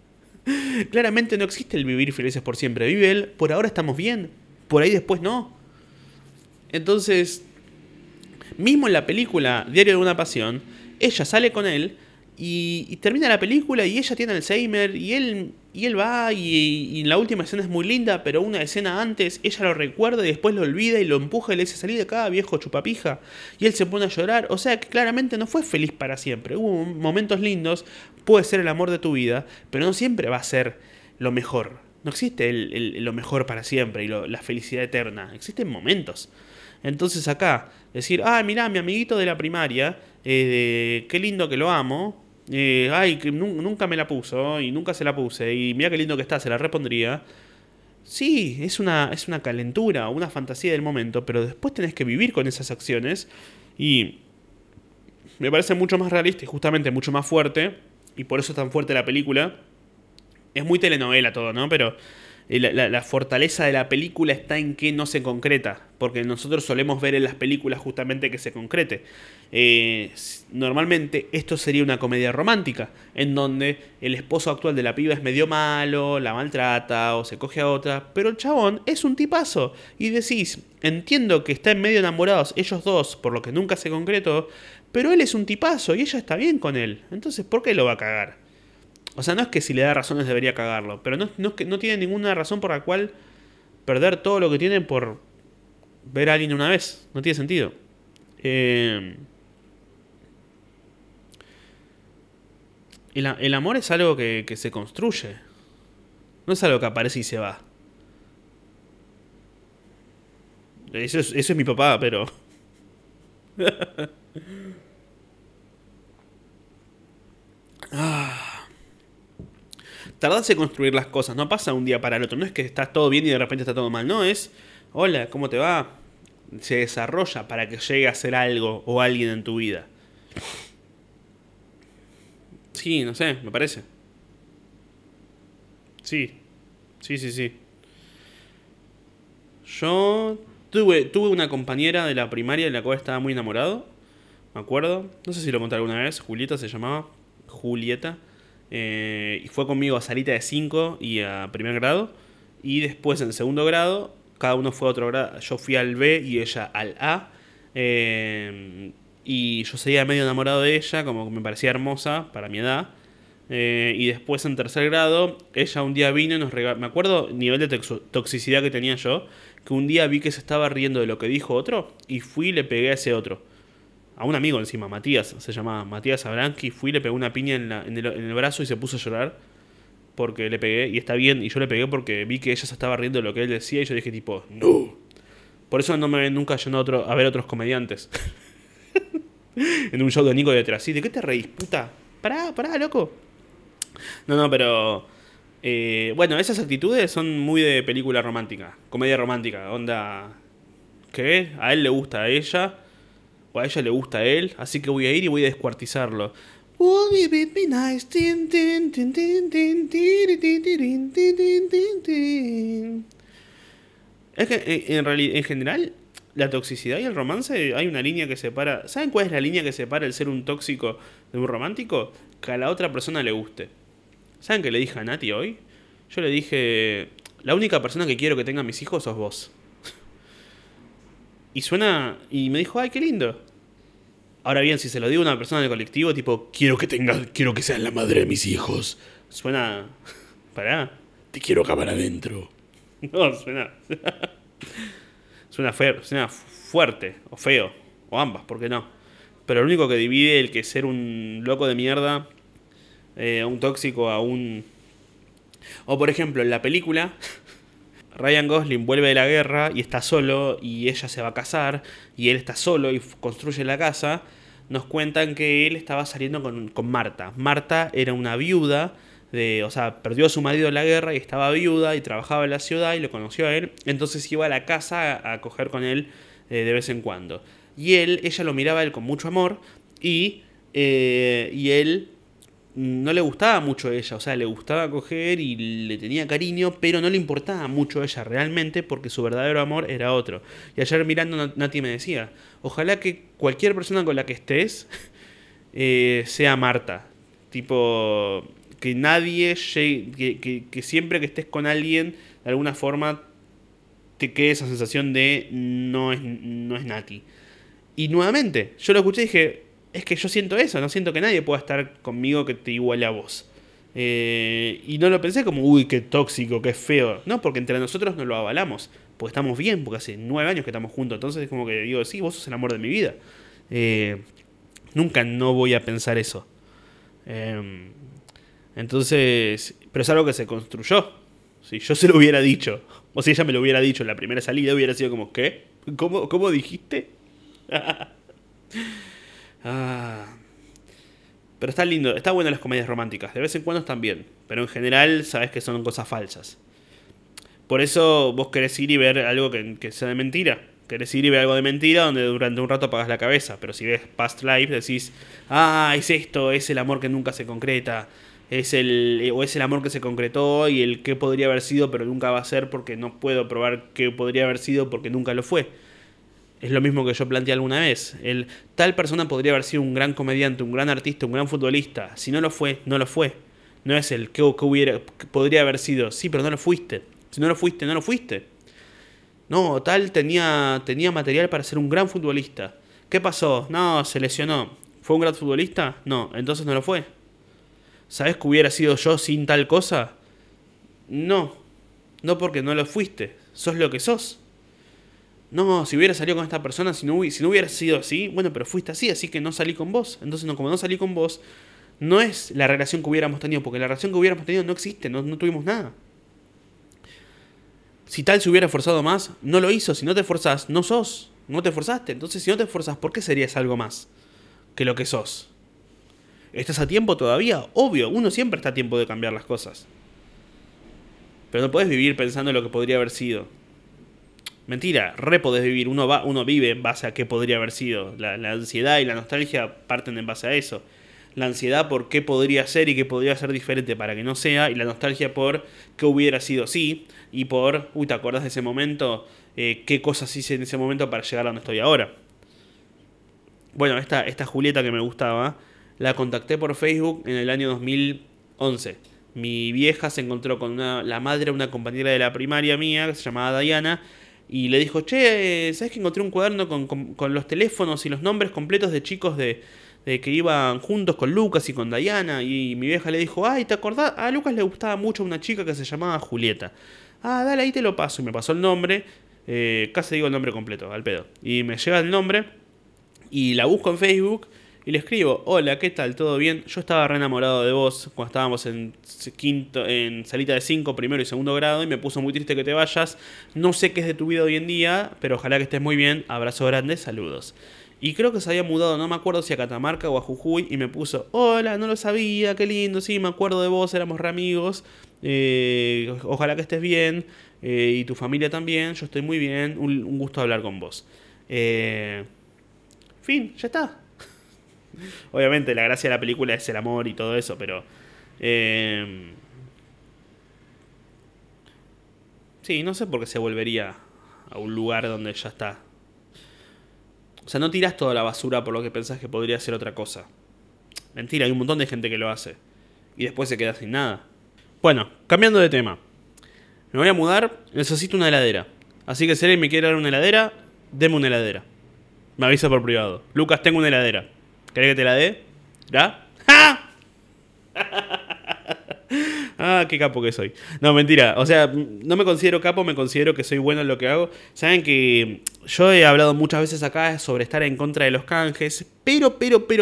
no existe el vivir felices por siempre. Vive él, por ahora estamos bien, por ahí después no. Entonces, mismo en la película Diario de una Pasión, ella sale con él y termina la película y ella tiene Alzheimer y él va y la última escena es muy linda, pero una escena antes ella lo recuerda y después lo olvida y lo empuja y le dice, salí de acá, viejo chupapija. Y él se pone a llorar, o sea que claramente no fue feliz para siempre. Hubo momentos lindos, puede ser el amor de tu vida, pero no siempre va a ser lo mejor. No existe lo mejor para siempre y la felicidad eterna, existen momentos. Entonces acá, decir, mirá, mi amiguito de la primaria, qué lindo que lo amo, que nunca me la puso y nunca se la puse y mirá qué lindo que está, se la repondría. Sí, es una calentura, una fantasía del momento, pero después tenés que vivir con esas acciones y me parece mucho más realista y justamente mucho más fuerte y por eso es tan fuerte la película. Es muy telenovela todo, ¿no? Pero La fortaleza de la película está en que no se concreta, porque nosotros solemos ver en las películas justamente que se concrete. Normalmente esto sería una comedia romántica, en donde el esposo actual de la piba es medio malo, la maltrata o se coge a otra, pero el chabón es un tipazo. Y decís, entiendo que están medio enamorados ellos dos, por lo que nunca se concretó, pero él es un tipazo y ella está bien con él. Entonces, ¿por qué lo va a cagar? O sea, no es que si le da razones debería cagarlo, pero no, es que, no tiene ninguna razón por la cual perder todo lo que tiene por ver a alguien una vez. No tiene sentido. Eh, el amor es algo que se construye. No es algo que aparece y se va. Eso es mi papá, pero... Tardás en construir las cosas, no pasa un día para el otro. No es que estás todo bien y de repente está todo mal. No, es... Hola, ¿cómo te va? Se desarrolla para que llegue a ser algo o alguien en tu vida. Sí, no sé, me parece. Sí, sí. Yo tuve una compañera de la primaria de la cual estaba muy enamorado. Me acuerdo. No sé si lo conté alguna vez. Julieta se llamaba. Julieta. Y fue conmigo a salita de 5 y a primer grado. Y después en segundo grado, cada uno fue a otro grado. Yo fui al B y ella al A. Y yo seguía medio enamorado de ella, como que me parecía hermosa para mi edad. Y después en tercer grado, ella un día vino y nos regaló. Me acuerdo nivel de toxicidad que tenía yo. Que un día vi que se estaba riendo de lo que dijo otro. Y fui y le pegué a ese otro. A un amigo encima, Matías. Se llamaba Matías Abranqui. Fui y le pegué una piña en el brazo y se puso a llorar. Porque le pegué. Y está bien. Y yo le pegué porque vi que ella se estaba riendo de lo que él decía. Y yo dije tipo, no. Por eso no me ven nunca yendo a ver otros comediantes. En un show de Nico de atrás. ¿Sí? ¿De qué te reís, puta? Pará, loco. No, pero... bueno, esas actitudes son muy de película romántica. Comedia romántica. Onda... ¿Qué? A él le gusta a ella. O a ella le gusta a él. Así que voy a ir y voy a descuartizarlo. Would it be nice? Tin, tin, tin, tin, tin, tin, tin, tin, tin, tin, tin, tin. Es que en general, la toxicidad y el romance hay una línea que separa. ¿Saben cuál es la línea que separa el ser un tóxico de un romántico? Que a la otra persona le guste. ¿Saben qué le dije a Nati hoy? Yo le dije, la única persona que quiero que tenga mis hijos sos vos. Y suena... Y me dijo, ay, qué lindo. Ahora bien, si se lo digo a una persona del colectivo, tipo, quiero que seas la madre de mis hijos. Suena... Pará. Te quiero acabar adentro. No, suena... Suena feo, suena fuerte, o feo, o ambas, ¿por qué no? Pero lo único que divide el que ser un loco de mierda, a un tóxico, a un... O por ejemplo, en la película, Ryan Gosling vuelve de la guerra y está solo, y ella se va a casar, y él está solo y construye la casa. Nos cuentan que él estaba saliendo con Marta. Marta era una viuda, o sea, perdió a su marido en la guerra y estaba viuda y trabajaba en la ciudad y lo conoció a él. Entonces iba a la casa a coger con él de vez en cuando. Y ella lo miraba a él con mucho amor y él no le gustaba mucho a ella, o sea, le gustaba coger y le tenía cariño, pero no le importaba mucho a ella realmente porque su verdadero amor era otro. Y ayer mirando Nati me decía, ojalá que cualquier persona con la que estés sea Marta. Tipo, que nadie llegue, que siempre que estés con alguien, de alguna forma te quede esa sensación de no es Nati. Y nuevamente, yo lo escuché y dije, es que yo siento eso, no siento que nadie pueda estar conmigo que te iguale a vos. Y no lo pensé como, uy, qué tóxico, qué feo. No, porque entre nosotros nos lo avalamos. Porque estamos bien, porque hace 9 años que estamos juntos. Entonces es como que digo, sí, vos sos el amor de mi vida. Nunca no voy a pensar eso. Entonces, pero es algo que se construyó. Si yo se lo hubiera dicho, o si ella me lo hubiera dicho en la primera salida, hubiera sido como, ¿qué? ¿Cómo dijiste? Ah, pero está lindo, está bueno las comedias románticas. De vez en cuando están bien, pero en general sabes que son cosas falsas. Por eso vos querés ir y ver algo que sea de mentira. Querés ir y ver algo de mentira donde durante un rato apagas la cabeza. Pero si ves Past Life decís, ah, es esto, es el amor que nunca se concreta. es el amor que se concretó y el que podría haber sido pero nunca va a ser porque no puedo probar que podría haber sido porque nunca lo fue. Es lo mismo que yo planteé alguna vez. Tal persona podría haber sido un gran comediante, un gran artista, un gran futbolista. Si no lo fue, no lo fue. No es el que podría haber sido. Sí, pero no lo fuiste. Si no lo fuiste, no lo fuiste. No, tal tenía material para ser un gran futbolista. ¿Qué pasó? No, se lesionó. ¿Fue un gran futbolista? No, entonces no lo fue. ¿Sabés que hubiera sido yo sin tal cosa? No, no porque no lo fuiste. Sos lo que sos. No, si hubiera salido con esta persona, si no hubiera sido así, bueno, pero fuiste así, así que no salí con vos. Entonces, no, como no salí con vos, no es la relación que hubiéramos tenido, porque la relación que hubiéramos tenido no existe, no tuvimos nada. Si tal se hubiera esforzado más, no lo hizo. Si no te esforzás, no sos. No te esforzaste. Entonces, si no te esforzás, ¿por qué serías algo más que lo que sos? ¿Estás a tiempo todavía? Obvio, uno siempre está a tiempo de cambiar las cosas. Pero no podés vivir pensando en lo que podría haber sido. Mentira, re podés vivir. Uno vive en base a qué podría haber sido. La ansiedad y la nostalgia parten en base a eso. La ansiedad por qué podría ser y qué podría ser diferente para que no sea. Y la nostalgia por qué hubiera sido sí. Y por, ¿te acordás de ese momento? ¿Qué cosas hice en ese momento para llegar a donde estoy ahora? Bueno, esta Julieta que me gustaba, la contacté por Facebook en el año 2011. Mi vieja se encontró con la madre de una compañera de la primaria mía, que se llamaba Diana, y le dijo, che, ¿sabes que encontré un cuaderno con los teléfonos y los nombres completos de chicos de que iban juntos con Lucas y con Diana? Y mi vieja le dijo, ay, ¿te acordás? A Lucas le gustaba mucho una chica que se llamaba Julieta. Ah, dale, ahí te lo paso. Y me pasó el nombre, casi digo el nombre completo, al pedo. Y me llega el nombre y la busco en Facebook y le escribo, hola, ¿qué tal? ¿Todo bien? Yo estaba re enamorado de vos cuando estábamos en salita de 5, primero y segundo grado, y me puso muy triste que te vayas. No sé qué es de tu vida hoy en día, pero ojalá que estés muy bien. Abrazo grande, saludos. Y creo que se había mudado, no me acuerdo si a Catamarca o a Jujuy, y me puso, hola, no lo sabía, qué lindo, sí, me acuerdo de vos, éramos re amigos, ojalá que estés bien, y tu familia también, yo estoy muy bien, un gusto hablar con vos. Fin, ya está. Obviamente la gracia de la película es el amor y todo eso, pero... sí, no sé por qué se volvería a un lugar donde ya está. O sea, no tirás toda la basura por lo que pensás que podría ser otra cosa. Mentira, hay un montón de gente que lo hace. Y después se queda sin nada. Bueno, cambiando de tema. Me voy a mudar, necesito una heladera. Así que si alguien me quiere dar una heladera, deme una heladera. Me avisa por privado. Lucas, tengo una heladera. ¿Querés que te la dé? ¿Ya? ¡Ja! Ah, qué capo que soy. No, mentira. O sea, no me considero capo, me considero que soy bueno en lo que hago. Saben que yo he hablado muchas veces acá sobre estar en contra de los canjes. Pero,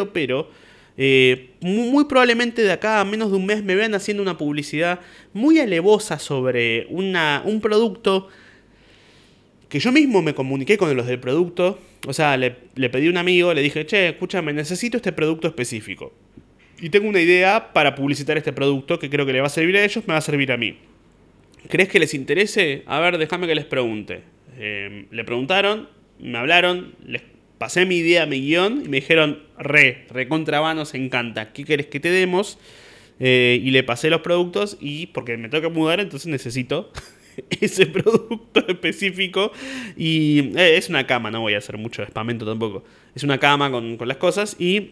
muy probablemente de acá a menos de un mes me vean haciendo una publicidad muy alevosa sobre un producto que yo mismo me comuniqué con los del producto. O sea, le pedí a un amigo, le dije, che, escúchame, necesito este producto específico. Y tengo una idea para publicitar este producto que creo que le va a servir a ellos, me va a servir a mí. ¿Crees que les interese? A ver, déjame que les pregunte. Le preguntaron, me hablaron, les pasé mi idea, mi guión, y me dijeron, recontra nos encanta. ¿Qué querés que te demos? Y le pasé los productos y porque me toca mudar, entonces necesito ese producto específico. Y es una cama, no voy a hacer mucho espamento tampoco. Es una cama con las cosas y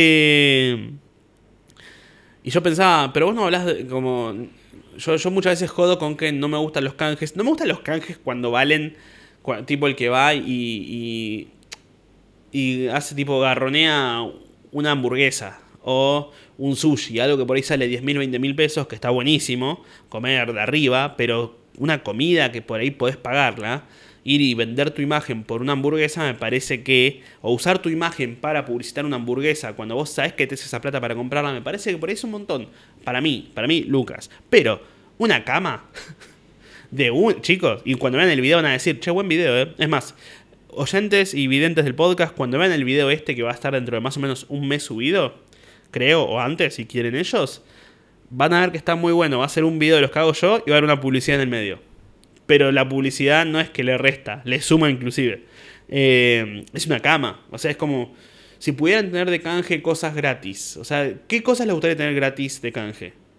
yo pensaba, pero vos no hablás de como... Yo muchas veces jodo con que no me gustan los canjes. No me gustan los canjes cuando valen, tipo el que va y hace tipo garronea una hamburguesa o un sushi, algo que por ahí sale 10.000, 20.000 pesos, que está buenísimo comer de arriba, pero una comida que por ahí podés pagarla, ir y vender tu imagen por una hamburguesa, me parece que, o usar tu imagen para publicitar una hamburguesa cuando vos sabés que te es esa plata para comprarla, me parece que por ahí es un montón. Para mí, Lucas. Pero, una cama chicos, y cuando vean el video van a decir, che, buen video, Es más, oyentes y videntes del podcast, cuando vean el video que va a estar dentro de más o menos un mes subido, creo, o antes, si quieren ellos, van a ver que está muy bueno. Va a ser un video de los que hago yo y va a haber una publicidad en el medio. Pero la publicidad no es que le resta, le suma inclusive. Es una cama. O sea, es como si pudieran tener de canje cosas gratis. O sea, ¿qué cosas les gustaría tener gratis de canje?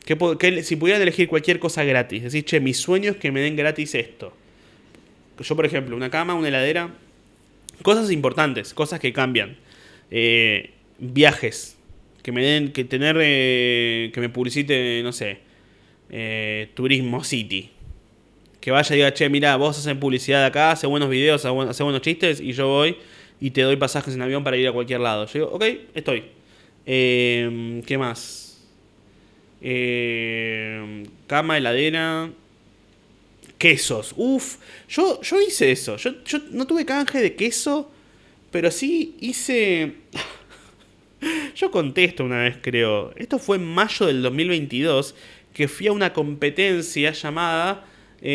Si pudieran elegir cualquier cosa gratis, decir, che, mi sueño es que me den gratis esto. Yo, por ejemplo, una cama, una heladera, cosas importantes, cosas que cambian. Viajes, que me den, que me publicite, no sé, Turismo City. Que vaya y diga, che, mira, vos haces publicidad de acá, hace buenos videos, hace buenos chistes, y yo voy y te doy pasajes en avión para ir a cualquier lado. Yo digo, ok, estoy. ¿Qué más? Cama, heladera, quesos. Uf, yo hice eso. Yo no tuve canje de queso, pero sí hice... Yo conté esto una vez, creo. Esto fue en mayo del 2022, que fui a una competencia llamada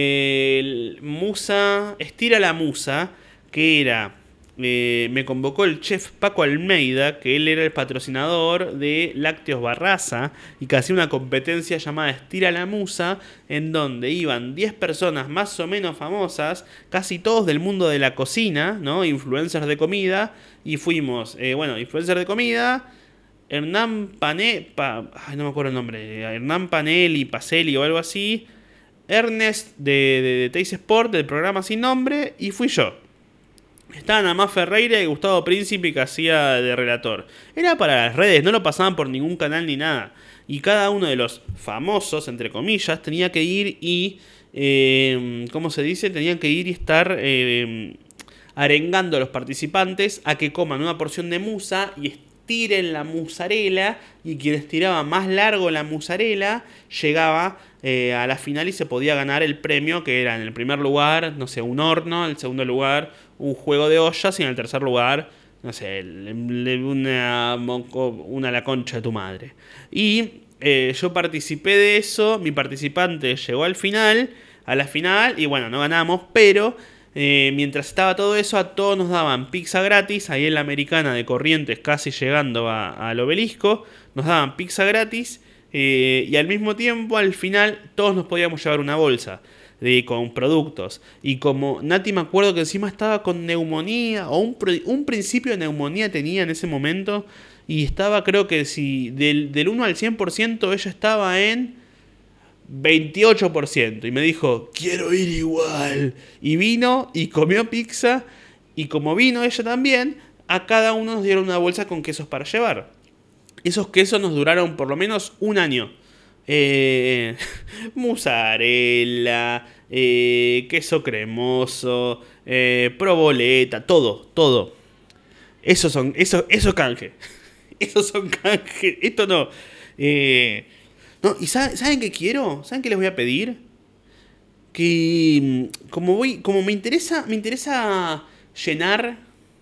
Musa, Estira la Musa, que era... me convocó el chef Paco Almeida, que él era el patrocinador de Lácteos Barraza, y que hacía una competencia llamada Estira la Musa, en donde iban 10 personas más o menos famosas, casi todos del mundo de la cocina, ¿no? Influencers de comida, y fuimos, influencers de comida, Hernán no me acuerdo el nombre, Hernán Panelli, Pacelli o algo así, Ernest de Teis Sport, del programa Sin Nombre, y fui yo. Estaban Amás Ferreira y Gustavo Príncipe, que hacía de relator. Era para las redes, no lo pasaban por ningún canal ni nada. Y cada uno de los famosos, entre comillas, tenía que ir y... ¿cómo se dice? Tenían que ir y estar arengando a los participantes a que coman una porción de musa y estiren la musarela. Y quien estiraba más largo la musarela llegaba a la final y se podía ganar el premio, que era en el primer lugar, no sé, un horno, en el segundo lugar un juego de ollas y en el tercer lugar, no sé, una la concha de tu madre. Y yo participé de eso, mi participante llegó a la final y bueno, no ganamos, pero mientras estaba todo eso, a todos nos daban pizza gratis, ahí en la Americana de Corrientes, casi llegando al Obelisco, nos daban pizza gratis y al mismo tiempo, al final, todos nos podíamos llevar una bolsa con productos. Y como Nati, me acuerdo que encima estaba con neumonía, o un principio de neumonía tenía en ese momento, y estaba, creo que si del 1 al 100% ella estaba en 28%, y me dijo, quiero ir igual, y vino y comió pizza, y como vino ella también, a cada uno nos dieron una bolsa con quesos para llevar. Esos quesos nos duraron por lo menos un año. Mozzarella, queso cremoso, provoleta, todo. Eso canje. Esos son canje. Esto no. No, ¿y saben qué quiero? ¿Saben qué les voy a pedir? Que como me interesa llenar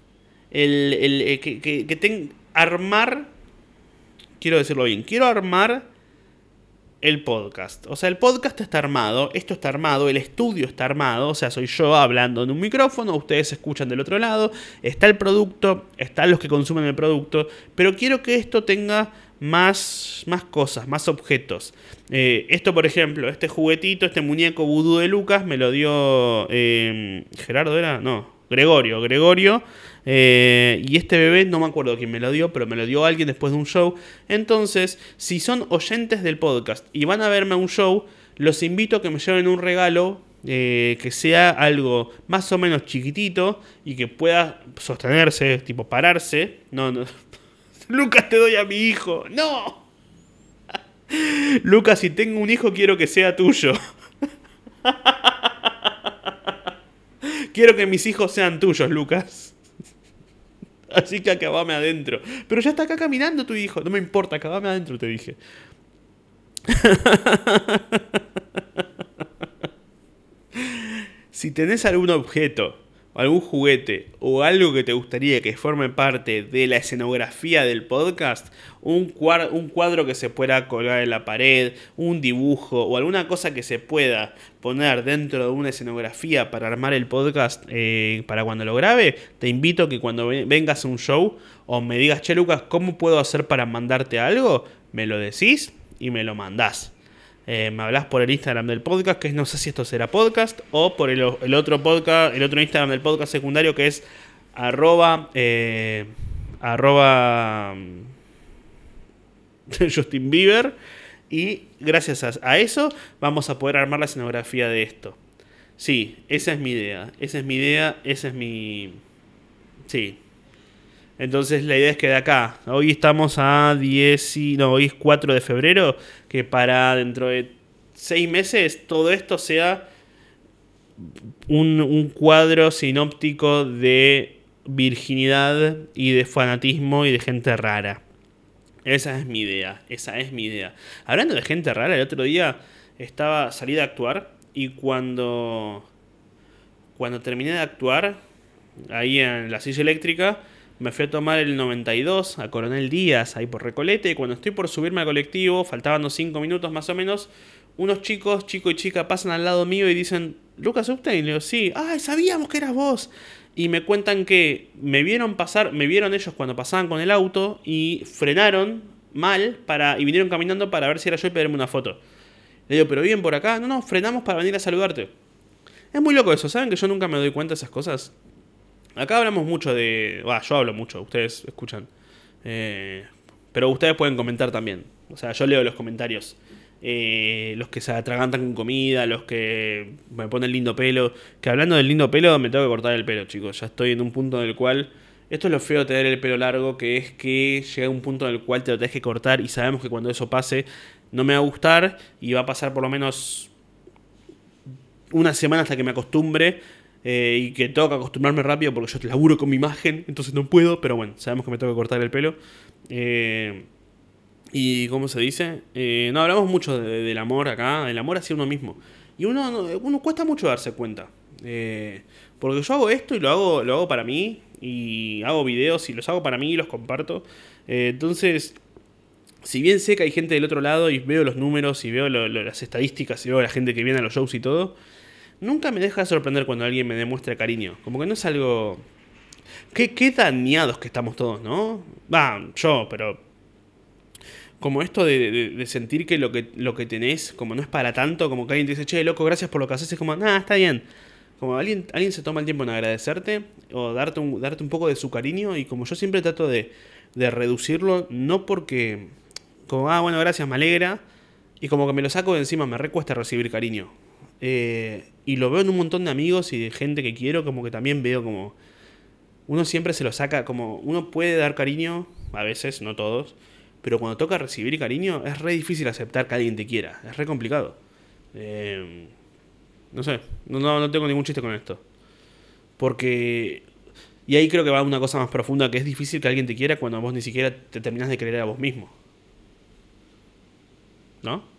armar, quiero decirlo bien, quiero armar el podcast. O sea, el podcast está armado, esto está armado, el estudio está armado, o sea, soy yo hablando en un micrófono, ustedes escuchan del otro lado, está el producto, están los que consumen el producto, pero quiero que esto tenga más cosas, más objetos. Esto, por ejemplo, este juguetito, este muñeco vudú de Lucas, me lo dio Gerardo, ¿era? No, Gregorio. Y este bebé, no me acuerdo quién me lo dio, pero me lo dio alguien después de un show. Entonces, si son oyentes del podcast y van a verme a un show, los invito a que me lleven un regalo que sea algo más o menos chiquitito y que pueda sostenerse, tipo pararse. No. Lucas, te doy a mi hijo. ¡No! Lucas, si tengo un hijo, quiero que sea tuyo. Quiero que mis hijos sean tuyos, Lucas. Así que acabame adentro. Pero ya está acá caminando tu hijo. No me importa, acabame adentro, te dije. Si tenés algún objeto, algún juguete o algo que te gustaría que forme parte de la escenografía del podcast, un cuadro que se pueda colgar en la pared, un dibujo o alguna cosa que se pueda poner dentro de una escenografía para armar el podcast para cuando lo grabe, te invito a que cuando vengas a un show o me digas, che Lucas, ¿cómo puedo hacer para mandarte algo? Me lo decís y me lo mandás. Me hablás por el Instagram del podcast, que no sé si esto será podcast, o por el otro podcast, el otro Instagram del podcast secundario, que es arroba Justin Bieber. Y gracias a eso vamos a poder armar la escenografía de esto. Sí, esa es mi idea. Esa es mi idea. Esa es mi... Sí. Entonces la idea es que de acá, hoy estamos a 10 y... No, hoy es 4 de febrero, que para dentro de 6 meses todo esto sea un cuadro sinóptico de virginidad y de fanatismo y de gente rara. Esa es mi idea, esa es mi idea. Hablando de gente rara, el otro día salí de actuar y cuando terminé de actuar, ahí en la silla eléctrica, me fui a tomar el 92 a Coronel Díaz, ahí por Recoleta, y cuando estoy por subirme al colectivo, faltaban unos 5 minutos más o menos, unos chicos, chico y chica, pasan al lado mío y dicen, Lucas Upstein, y le digo, sí, ¡ay, sabíamos que eras vos! Y me cuentan que me vieron pasar, me vieron ellos cuando pasaban con el auto y frenaron mal y vinieron caminando para ver si era yo y pedirme una foto. Le digo, ¿pero viven por acá? No, no, frenamos para venir a saludarte. Es muy loco eso, ¿saben que yo nunca me doy cuenta de esas cosas? Acá hablamos mucho de... yo hablo mucho, ustedes escuchan. Pero ustedes pueden comentar también. O sea, yo leo los comentarios. Los que se atragantan con comida, los que me ponen lindo pelo. Que hablando del lindo pelo, me tengo que cortar el pelo, chicos. Ya estoy en un punto en el cual... Esto es lo feo de tener el pelo largo, que es que llega un punto en el cual te lo tenés que cortar y sabemos que cuando eso pase no me va a gustar y va a pasar por lo menos una semana hasta que me acostumbre. Y que tengo que acostumbrarme rápido porque yo laburo con mi imagen, entonces no puedo, pero bueno, sabemos que me tengo que cortar el pelo. Y ¿cómo se dice? No hablamos mucho del amor acá, del amor hacia uno mismo. Y uno cuesta mucho darse cuenta. Porque yo hago esto y lo hago para mí, y hago videos y los hago para mí y los comparto. Entonces, si bien sé que hay gente del otro lado y veo los números y veo las estadísticas y veo a la gente que viene a los shows y todo, nunca me deja de sorprender cuando alguien me demuestra cariño. Como que no es algo... Qué dañados que estamos todos, ¿no? Yo, pero... Como esto de sentir que lo que tenés, como no es para tanto, como que alguien te dice, che, loco, gracias por lo que haces, es como, nada, está bien. Como alguien se toma el tiempo en agradecerte o darte un poco de su cariño, y como yo siempre trato de reducirlo, no porque... Como, bueno, gracias, me alegra, y como que me lo saco de encima, me recuesta recibir cariño. Y lo veo en un montón de amigos y de gente que quiero, como que también veo como... Uno siempre se lo saca, como uno puede dar cariño, a veces, no todos, pero cuando toca recibir cariño es re difícil aceptar que alguien te quiera, es re complicado. No sé, no tengo ningún chiste con esto. Porque... Y ahí creo que va una cosa más profunda, que es difícil que alguien te quiera cuando vos ni siquiera te terminás de querer a vos mismo. ¿No?